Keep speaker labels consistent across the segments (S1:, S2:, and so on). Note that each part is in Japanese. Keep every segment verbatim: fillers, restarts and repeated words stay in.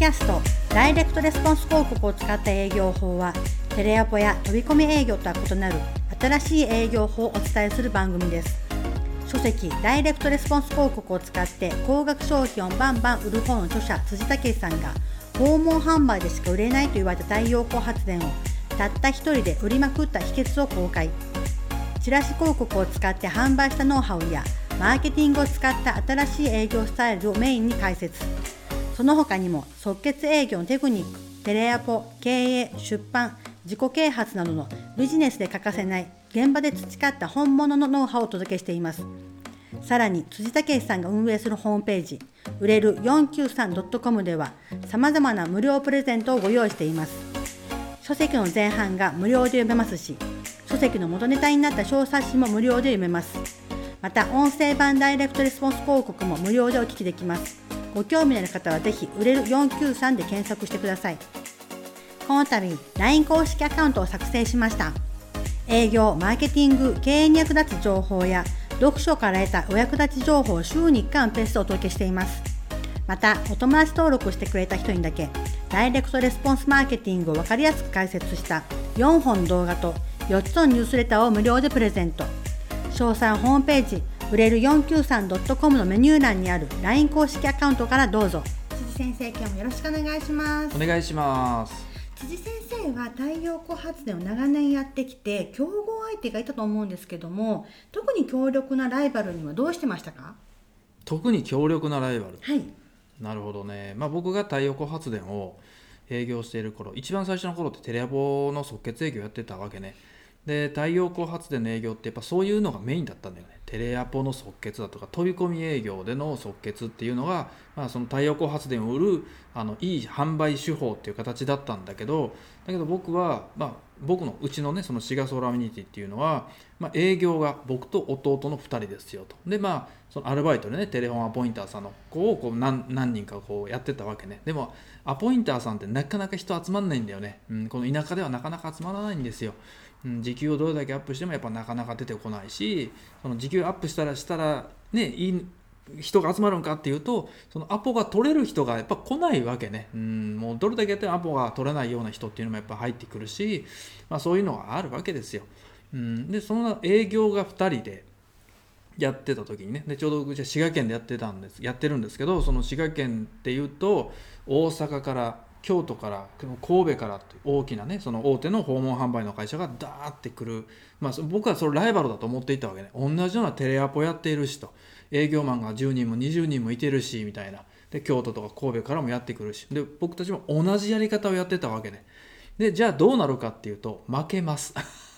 S1: キャストダイレクトレスポンス広告を使った営業法は、テレアポや飛び込み営業とは異なる新しい営業法をお伝えする番組です。書籍ダイレクトレスポンス広告を使って高額商品をバンバン売る本の著者辻武さんが、訪問販売でしか売れないと言われた太陽光発電をたった一人で売りまくった秘訣を公開。チラシ広告を使って販売したノウハウやマーケティングを使った新しい営業スタイルをメインに解説。その他にも即決営業のテクニック、テレアポ、経営、出版、自己啓発などのビジネスで欠かせない現場で培った本物のノウハウをお届けしています。さらに辻武さんが運営するホームページ売れる よんきゅうさんドットコム では様々な無料プレゼントをご用意しています。書籍の前半が無料で読めますし、書籍の元ネタになった小冊子も無料で読めます。また音声版ダイレクトレスポンス広告も無料でお聞きできます。ご興味のある方はぜひ売れるよんきゅうさんで検索してください。この度 ライン 公式アカウントを作成しました。営業、マーケティング、経営に役立つ情報や読書から得たお役立ち情報を週にいっかいのペースでお届けしています。またお友達登録してくれた人にだけダイレクトレスポンスマーケティングを分かりやすく解説したよんほん動画とよっつのニュースレターを無料でプレゼント。詳細はホームページ売れる よんきゅうさんドットコム のメニュー欄にある ライン 公式アカウントからどうぞ。辻先生、今日もよろしくお願いします。
S2: お願いします。
S1: 辻先生は太陽光発電を長年やってきて、競合相手がいたと思うんですけども、特に強力なライバルにはどうしてましたか？
S2: 特に強力なライバル、
S1: はい、
S2: なるほどね。まあ、僕が太陽光発電を営業している頃、一番最初の頃ってテレアポの即決営業やってたわけね。で太陽光発電の営業ってやっぱそういうのがメインだったんだよね。テレアポの即決だとか飛び込み営業での即決っていうのが、まあ、その太陽光発電を売るあのいい販売手法っていう形だったんだけど、だけど僕は、まあ、僕のうちのねそのシガソーラーミニティっていうのは、まあ、営業が僕と弟のふたりですよと。でまあそのアルバイトでねテレフォンアポインターさんの子をこう 何, 何人かこうやってたわけね。でもアポインターさんってなかなか人集まんないんだよね、うん、この田舎ではなかなか集まらないんですよ。うん、時給をどれだけアップしてもやっぱなかなか出てこないし、その時給アップしたらしたらねいい人が集まるんかっていうと、そのアポが取れる人がやっぱ来ないわけね。うん、もうどれだけやってもアポが取れないような人っていうのもやっぱ入ってくるし、まあ、そういうのがあるわけですよ。うん、でその営業がふたりでやってた時にね、でちょうどうちは滋賀県でやってたんですやってるんですけど、その滋賀県っていうと大阪から京都から神戸からという大きなねその大手の訪問販売の会社がダーってくる、まあ、僕はそれライバルだと思っていたわけね。同じようなテレアポやっているしと、営業マンがじゅうにんもにじゅうにんもいてるしみたいな、で京都とか神戸からもやってくるし、で僕たちも同じやり方をやってたわけね。でじゃあどうなるかっていうと負けます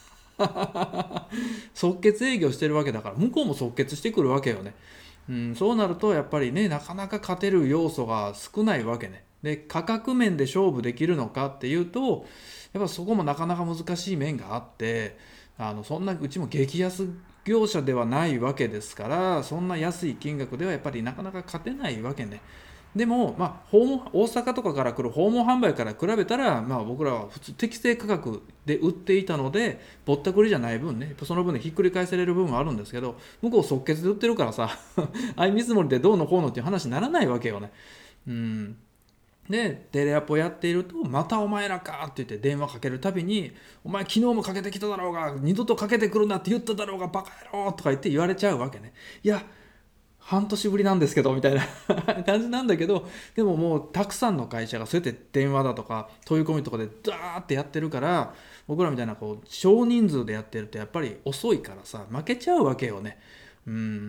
S2: 即決営業してるわけだから向こうも即決してくるわけよね。うん、そうなるとやっぱりねなかなか勝てる要素が少ないわけね。で価格面で勝負できるのかっていうとやっぱそこもなかなか難しい面があって、あのそんなうちも激安業者ではないわけですから、そんな安い金額ではやっぱりなかなか勝てないわけね。でも、まあ、訪問大阪とかから来る訪問販売から比べたら、まあ、僕らは普通適正価格で売っていたのでぼったくりじゃない分ね、その分でひっくり返せれる部分はあるんですけど、向こう即決で売ってるからさあい見積もりでどうのこうのっていう話にならないわけよね。うんでテレアポやっているとまたお前らかって言って電話かけるたびに、お前昨日もかけてきただろうが二度とかけてくるなって言っただろうがバカ野郎とか言って言われちゃうわけね。いや半年ぶりなんですけどみたいな感じなんだけど、でももうたくさんの会社がそうやって電話だとか問い込みとかでダーってやってるから、僕らみたいなこう少人数でやってるとやっぱり遅いからさ負けちゃうわけよね。うん、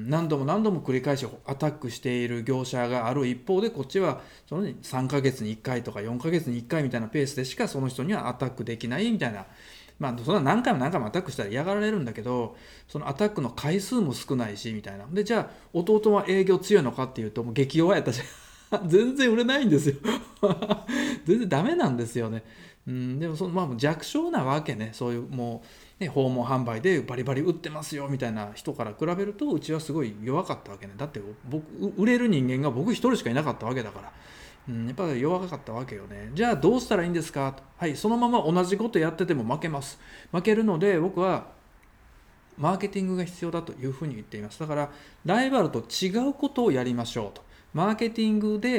S2: 何度も何度も繰り返しアタックしている業者がある一方で、こっちはそのさんかげつにいっかいとかよんかげつにいっかいみたいなペースでしかその人にはアタックできないみたいな。まあそんな何回も何回もアタックしたら嫌がられるんだけど、そのアタックの回数も少ないしみたいな。でじゃあ弟は営業強いのかっていうともう激弱やったし全然売れないんですよ全然ダメなんですよね。うん、でもその、まあ、弱小なわけね。そういうもう、ね、訪問販売でバリバリ売ってますよみたいな人から比べるとうちはすごい弱かったわけね。だって僕売れる人間が僕一人しかいなかったわけだから、うん、やっぱり弱かったわけよね。じゃあどうしたらいいんですか。はい、そのまま同じことやってても負けます。負けるので僕はマーケティングが必要だというふうに言っています。だからライバルと違うことをやりましょうと。マーケティングで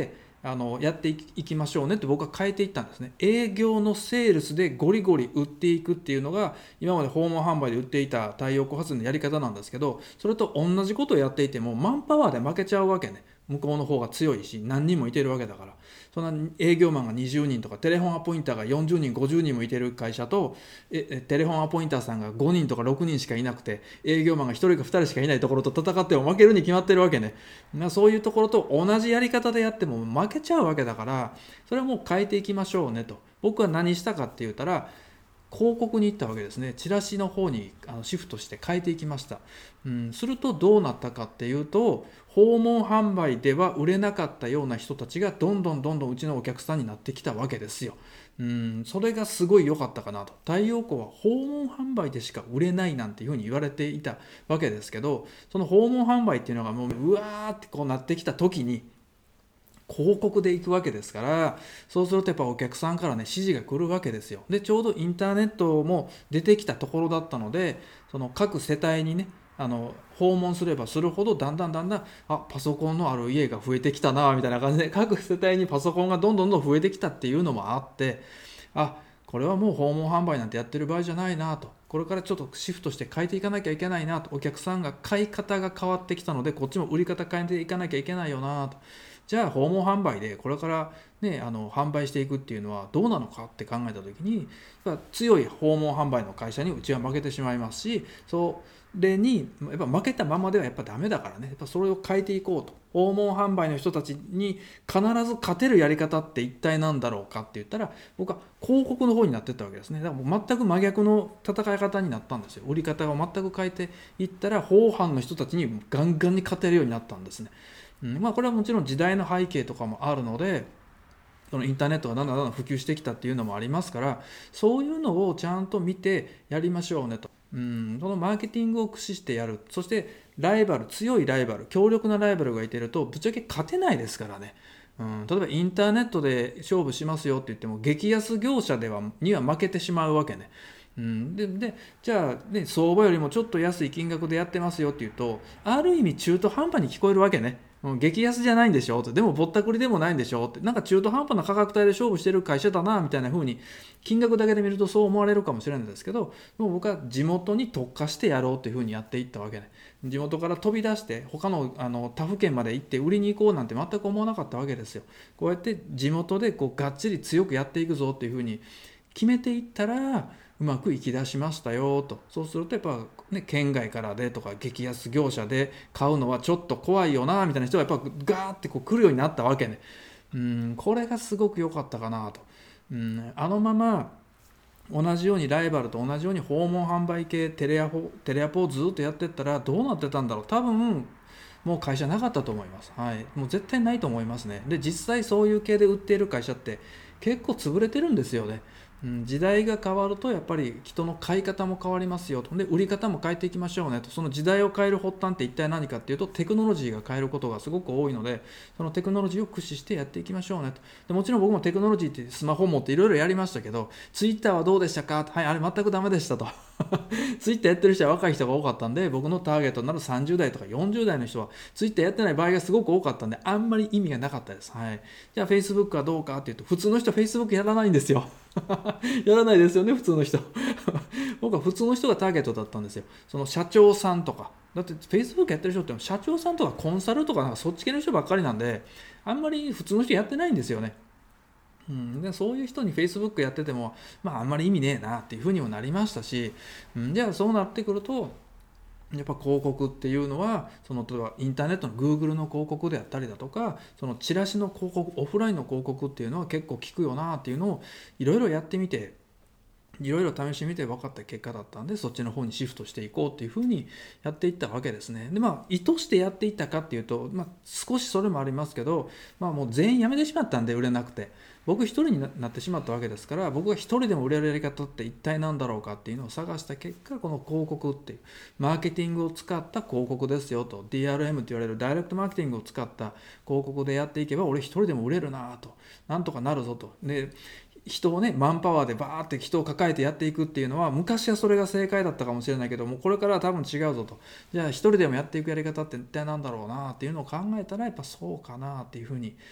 S2: あのやっていきましょうねって僕は変えていったんですね。営業のセールスでゴリゴリ売っていくっていうのが今まで訪問販売で売っていた太陽光発電のやり方なんですけど、それと同じことをやっていてもマンパワーで負けちゃうわけね。向こうの方が強いし何人もいてるわけだから、そんな営業マンがにじゅうにんとかテレフォンアポインターがよんじゅうにんごじゅうにんもいてる会社と、えテレフォンアポインターさんがごにんとかろくにんしかいなくて営業マンがひとりかふたりしかいないところと戦っても負けるに決まってるわけね。そういうところと同じやり方でやっても負けちゃうわけだから、それはもう変えていきましょうねと。僕は何したかって言ったら広告に行ったわけですね。チラシの方にあのシフトして変えていきました、うん、するとどうなったかっていうと、訪問販売では売れなかったような人たちがどんどんどんどんうちのお客さんになってきたわけですよ、うん、それがすごい良かったかなと。太陽光は訪問販売でしか売れないなんていうふうに言われていたわけですけど、その訪問販売っていうのがもううわーってこうなってきた時に広告で行くわけですから、そうするとやっぱお客さんからね指示が来るわけですよ。でちょうどインターネットも出てきたところだったので、その各世帯にねあの訪問すればするほどだんだんだんだんあパソコンのある家が増えてきたなみたいな感じで、各世帯にパソコンがどんどんどん増えてきたっていうのもあって、あこれはもう訪問販売なんてやってる場合じゃないなと、これからちょっとシフトして変えていかなきゃいけないなと、お客さんが買い方が変わってきたのでこっちも売り方変えていかなきゃいけないよなと。じゃあ訪問販売でこれから、ね、あの販売していくっていうのはどうなのかって考えた時に、強い訪問販売の会社にうちは負けてしまいますし、それにやっぱ負けたままではやっぱダメだからね、やっぱそれを変えていこうと。訪問販売の人たちに必ず勝てるやり方って一体何だろうかって言ったら、僕は広告の方になっていったわけですね。だからもう全く真逆の戦い方になったんですよ。売り方を全く変えていったら訪販の人たちにガンガンに勝てるようになったんですね。うんまあ、これはもちろん時代の背景とかもあるので、そのインターネットがだんだんだんだん普及してきたっていうのもありますから、そういうのをちゃんと見てやりましょうねと。うん、そのマーケティングを駆使してやる。そしてライバル、強いライバル、強力なライバルがいてるとぶっちゃけ勝てないですからね。うん、例えばインターネットで勝負しますよって言っても激安業者ではには負けてしまうわけね。うん、で, でじゃあ、ね、相場よりもちょっと安い金額でやってますよっていうと、ある意味中途半端に聞こえるわけね。うん、激安じゃないんでしょって、でもぼったくりでもないんでしょって、なんか中途半端な価格帯で勝負してる会社だなみたいな風に金額だけで見るとそう思われるかもしれないんですけど、でも僕は地元に特化してやろうという風にやっていったわけね。地元から飛び出して他の、あの他府県まで行って売りに行こうなんて全く思わなかったわけですよ。こうやって地元でこうがっちり強くやっていくぞっていう風に決めていったらうまくいきだしましたよと。そうするとやっぱ、ね、県外からでとか激安業者で買うのはちょっと怖いよなみたいな人がやっぱガーってこう来るようになったわけね。うんこれがすごく良かったかなと。うんあのまま同じようにライバルと同じように訪問販売系テレアポ、テレアポをずっとやってったらどうなってたんだろう。多分もう会社なかったと思います。はい、もう絶対ないと思いますね。で実際そういう系で売っている会社って結構潰れてるんですよね。うん、時代が変わるとやっぱり人の買い方も変わりますよと。で売り方も変えていきましょうねと。その時代を変える発端って一体何かっていうと、テクノロジーが変えることがすごく多いので、そのテクノロジーを駆使してやっていきましょうねと。でもちろん僕もテクノロジーってスマホ持っていろいろやりましたけど、ツイッターはどうでしたか、はいあれ全くダメでしたとツイッターやってる人は若い人が多かったんで、僕のターゲットになるさんじゅう代とかよんじゅう代の人はツイッターやってない場合がすごく多かったんで、あんまり意味がなかったです。はい、じゃあ Facebook はどうかっていうと、普通の人は Facebook やらないんですよやらないですよね普通の人僕は普通の人がターゲットだったんですよ。その社長さんとかだって Facebook やってる人って社長さんとかコンサルとかなんかそっち系の人ばっかりなんで、あんまり普通の人やってないんですよね。うん、でそういう人に Facebook やってても、まあ、あんまり意味ねえなっていうふうにもなりましたし、うん、じゃあそうなってくるとやっぱ広告っていうのは、その例えばインターネットの Google の広告であったりだとか、そのチラシの広告、オフラインの広告っていうのは結構効くよなっていうのをいろいろやってみて、いろいろ試してみて分かった結果だったんで、そっちの方にシフトしていこうっていうふうにやっていったわけですね。でまあ意図してやっていったかっていうと、まあ、少しそれもありますけど、まあ、もう全員辞めてしまったんで売れなくて、僕一人になってしまったわけですから、僕が一人でも売れるやり方って一体何だろうかっていうのを探した結果、この広告っていうマーケティングを使った広告ですよと。 ディーアールエム と言われるダイレクトマーケティングを使った広告でやっていけば俺一人でも売れるなと、なんとかなるぞと。で人をねマンパワーでバーって人を抱えてやっていくっていうのは、昔はそれが正解だったかもしれないけども、これからは多分違うぞと。じゃあ一人でもやっていくやり方って一体何だろうなっていうのを考えたら、やっぱそうかなっていうふうに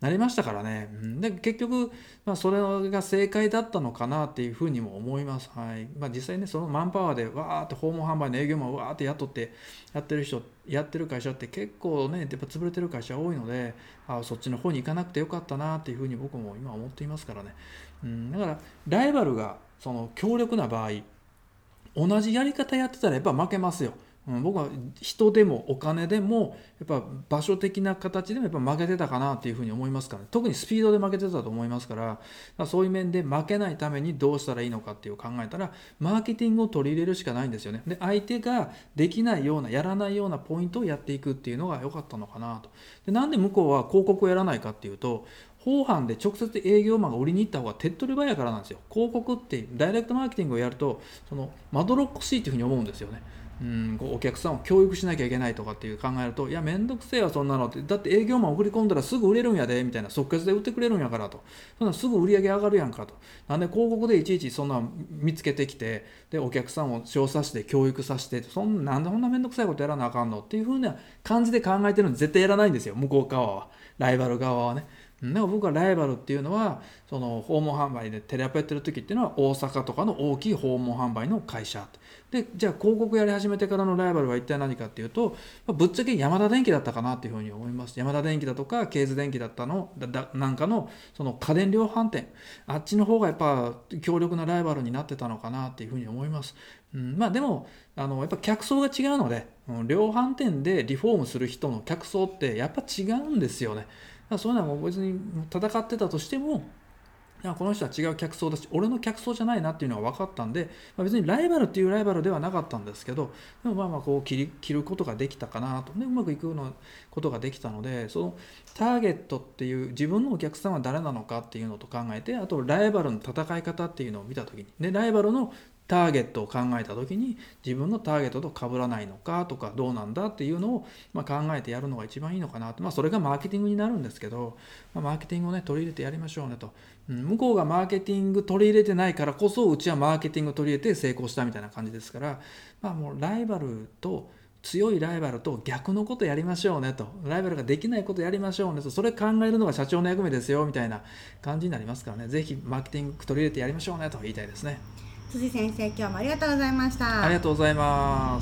S2: なりましたからね。うん、で結局、まあ、それが正解だったのかなっていうふうにも思います。はいまあ、実際ねそのマンパワーでわーって訪問販売の営業マンをわーって雇ってやってる人やってる会社って結構ねやっぱ潰れてる会社多いので、あそっちの方に行かなくてよかったなっていうふうに僕も今思っていますからね。うん、だからライバルがその強力な場合同じやり方やってたらやっぱ負けますよ。うん、僕は人でもお金でもやっぱ場所的な形でもやっぱ負けてたかなっていうふうに思いますから、ね、特にスピードで負けてたと思いますから、だからそういう面で負けないためにどうしたらいいのかっていう考えたらマーケティングを取り入れるしかないんですよね。で相手ができないようなやらないようなポイントをやっていくっていうのが良かったのかなと。でなんで向こうは広告をやらないかっていうと、法販で直接営業マンが売りに行った方が手っ取り早いからなんですよ。広告ってダイレクトマーケティングをやるとそのまどろっこしいっていうふうに思うんですよね。うん、こうお客さんを教育しなきゃいけないとかっていう考えると、いやめんどくせえよそんなのって、だって営業マン送り込んだらすぐ売れるんやでみたいな、即決で売ってくれるんやからと、そんなすぐ売り上げ上がるやんかと、なんで広告でいちいちそんな見つけてきてでお客さんを調査して教育させて、そんなんでこんなめんどくさいことやらなあかんのっていう風な感じで考えてるのに絶対やらないんですよ、向こう側は、ライバル側はね。だから僕はライバルっていうのはその訪問販売でテレアポやってる時っていうのは大阪とかの大きい訪問販売の会社で、じゃあ広告やり始めてからのライバルは一体何かっていうと、ぶっちゃけヤマダ電機だったかなっていうふうに思います。ヤマダ電機だとかケーズ電機だったのだだなんかのその家電量販店、あっちの方がやっぱ強力なライバルになってたのかなっていうふうに思います。うん、まあでもあのやっぱ客層が違うので、量販店でリフォームする人の客層ってやっぱ違うんですよね。そういうのはもう別に戦ってたとしても、この人は違う客層だし俺の客層じゃないなっていうのが分かったんで、まあ、別にライバルっていうライバルではなかったんですけど、でもまあまあこう切り切ることができたかなと、でうまくいくのことができたので、そのターゲットっていう自分のお客さんは誰なのかっていうのと考えて、あとライバルの戦い方っていうのを見たときに、でライバルのターゲットを考えたときに自分のターゲットと被らないのかとかどうなんだっていうのをまあ考えてやるのが一番いいのかなと、まあ、それがマーケティングになるんですけど、まあ、マーケティングをね取り入れてやりましょうねと、うん、向こうがマーケティング取り入れてないからこそうちはマーケティング取り入れて成功したみたいな感じですから、まあ、もうライバルと強いライバルと逆のことやりましょうねと、ライバルができないことやりましょうねと、それ考えるのが社長の役目ですよみたいな感じになりますからね、ぜひマーケティング取り入れてやりましょうねと言いたいですね。
S1: 辻先生、今日もありがとうございました。
S2: ありがとうございます。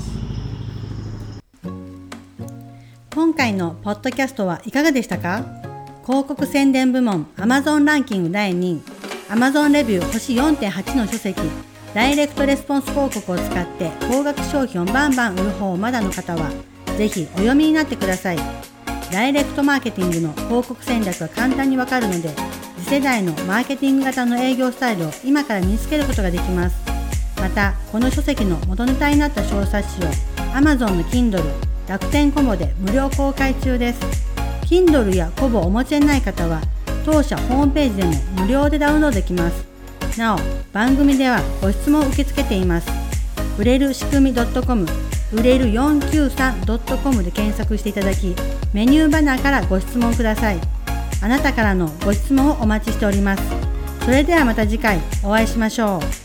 S1: 今回のポッドキャストはいかがでしたか？広告宣伝部門 Amazon ランキングだいにい、 Amazon レビュー星 よんてんはち の書籍ダイレクトレスポンス広告を使って高額商品をバンバン売る方をまだの方はぜひお読みになってください。ダイレクトマーケティングの広告戦略が簡単にわかるので、次世代のマーケティング型の営業スタイルを今から身につけることができます。またこの書籍の元ネタになった小冊子を Amazon の Kindle、楽天コボで無料公開中です。 Kindle やコボをお持ちでない方は当社ホームページでも無料でダウンロードできます。なお番組ではご質問を受け付けています。売れる仕組み .com、 売れる よんきゅうさん ドットコム で検索していただき、メニューバナーからご質問ください。あなたからのご質問をお待ちしております。それではまた次回お会いしましょう。